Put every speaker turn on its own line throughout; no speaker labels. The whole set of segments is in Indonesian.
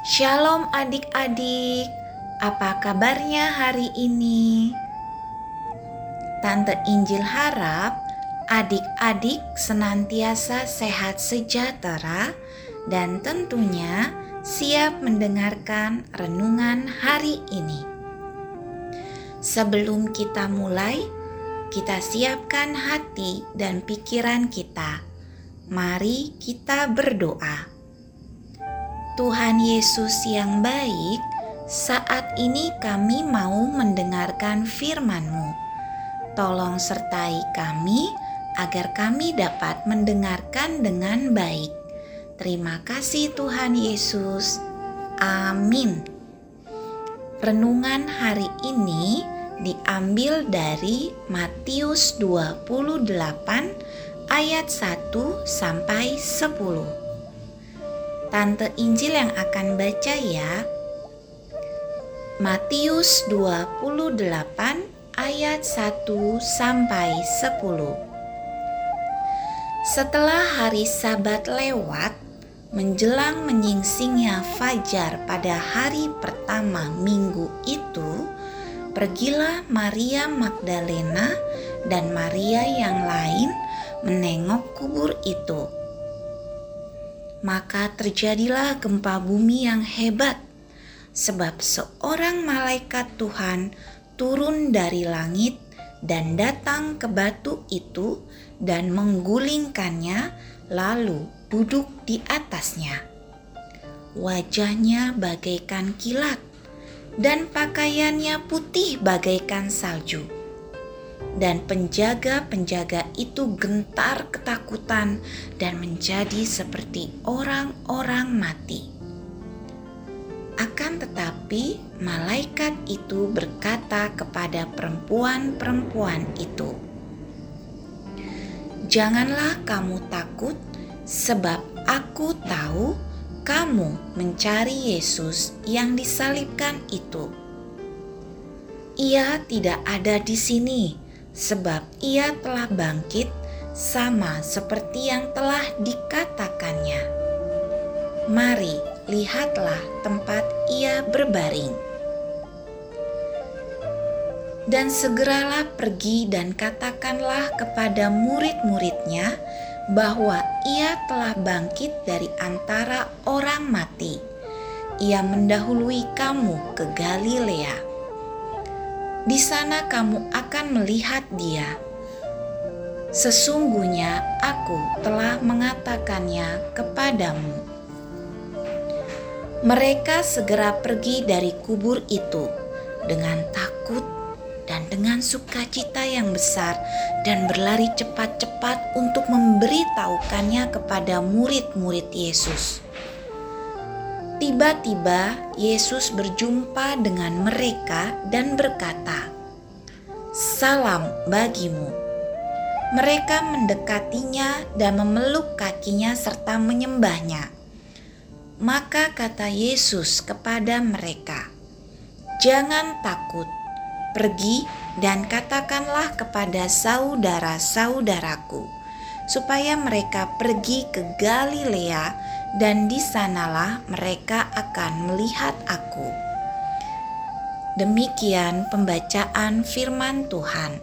Shalom adik-adik, apa kabarnya hari ini? Tante Injil harap adik-adik senantiasa sehat sejahtera dan tentunya siap mendengarkan renungan hari ini. Sebelum kita mulai, kita siapkan hati dan pikiran kita. Mari kita berdoa. Tuhan Yesus yang baik, saat ini kami mau mendengarkan firman-Mu. Tolong sertai kami agar kami dapat mendengarkan dengan baik. Terima kasih Tuhan Yesus. Amin. Renungan hari ini diambil dari Matius 28 ayat 1 sampai 10. Tante Injil yang akan baca ya. Matius 28 ayat 1 sampai 10. Setelah hari Sabat lewat, menjelang menyingsingnya fajar pada hari pertama minggu itu, pergilah Maria Magdalena dan Maria yang lain menengok kubur itu. Maka terjadilah gempa bumi yang hebat, sebab seorang malaikat Tuhan turun dari langit dan datang ke batu itu dan menggulingkannya, lalu duduk di atasnya. Wajahnya bagaikan kilat, dan pakaiannya putih bagaikan salju. Dan penjaga-penjaga itu gentar ketakutan dan menjadi seperti orang-orang mati. Akan tetapi malaikat itu berkata kepada perempuan-perempuan itu, "Janganlah kamu takut, sebab aku tahu kamu mencari Yesus yang disalibkan itu. Ia tidak ada di sini, sebab ia telah bangkit sama seperti yang telah dikatakannya. Mari, lihatlah tempat ia berbaring." Dan segeralah pergi dan katakanlah kepada murid-muridnya bahwa ia telah bangkit dari antara orang mati. Ia mendahului kamu ke Galilea. Di sana kamu akan melihat dia. Sesungguhnya aku telah mengatakannya kepadamu." Mereka segera pergi dari kubur itu dengan takut dan dengan sukacita yang besar dan berlari cepat-cepat untuk memberitahukannya kepada murid-murid Yesus. Tiba-tiba Yesus berjumpa dengan mereka dan berkata, "Salam bagimu." Mereka mendekatinya dan memeluk kakinya serta menyembahnya. Maka kata Yesus kepada mereka, "Jangan takut, pergi dan katakanlah kepada saudara-saudaraku, supaya mereka pergi ke Galilea, dan di sanalah mereka akan melihat aku." Demikian pembacaan firman Tuhan.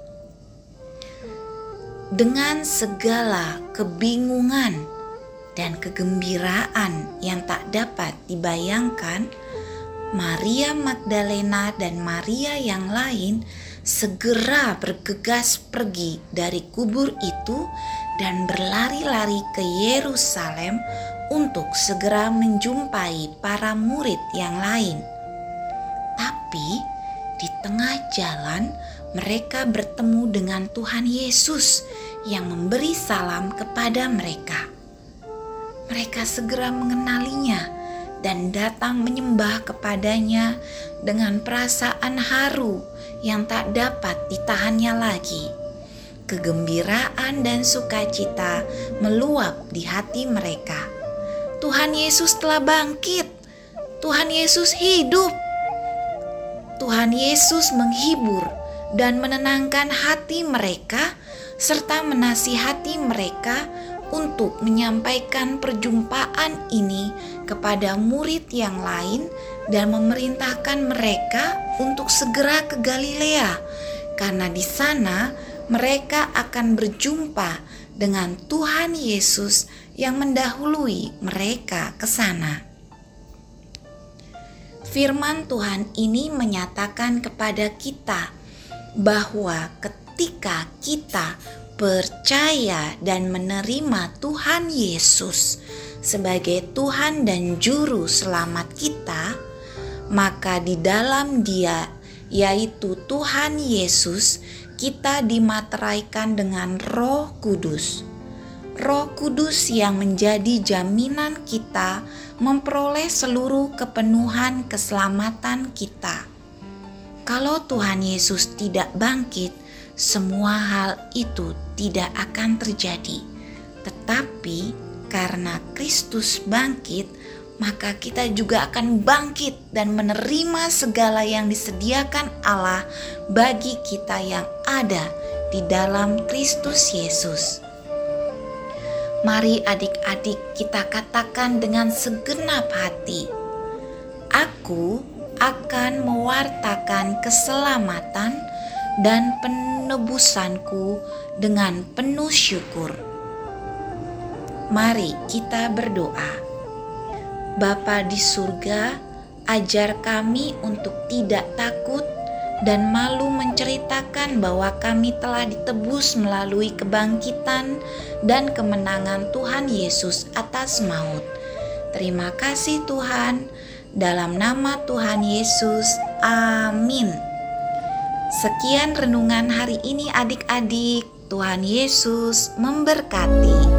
Dengan segala kebingungan dan kegembiraan yang tak dapat dibayangkan, Maria Magdalena dan Maria yang lain segera bergegas pergi dari kubur itu dan berlari-lari ke Yerusalem untuk segera menjumpai para murid yang lain. Tapi di tengah jalan mereka bertemu dengan Tuhan Yesus yang memberi salam kepada mereka. Mereka segera mengenalinya dan datang menyembah kepadanya dengan perasaan haru yang tak dapat ditahannya lagi. Kegembiraan dan sukacita meluap di hati mereka. Tuhan Yesus telah bangkit. Tuhan Yesus hidup. Tuhan Yesus menghibur dan menenangkan hati mereka serta menasihati mereka untuk menyampaikan perjumpaan ini kepada murid yang lain dan memerintahkan mereka untuk segera ke Galilea, karena di sana mereka akan berjumpa dengan Tuhan Yesus yang mendahului mereka ke sana. Firman Tuhan ini menyatakan kepada kita bahwa ketika kita percaya dan menerima Tuhan Yesus sebagai Tuhan dan Juru Selamat kita, maka di dalam Dia, yaitu Tuhan Yesus, kita dimateraikan dengan Roh Kudus. Roh Kudus yang menjadi jaminan kita memperoleh seluruh kepenuhan keselamatan kita. Kalau Tuhan Yesus tidak bangkit, semua hal itu tidak akan terjadi. Tetapi karena Kristus bangkit, maka kita juga akan bangkit dan menerima segala yang disediakan Allah bagi kita yang ada di dalam Kristus Yesus. Mari adik-adik kita katakan dengan segenap hati, aku akan mewartakan keselamatan dan penebusanku dengan penuh syukur. Mari kita berdoa. Bapa di surga, ajar kami untuk tidak takut dan malu menceritakan bahwa kami telah ditebus melalui kebangkitan dan kemenangan Tuhan Yesus atas maut. Terima kasih Tuhan, dalam nama Tuhan Yesus, amin. Sekian renungan hari ini adik-adik, Tuhan Yesus memberkati.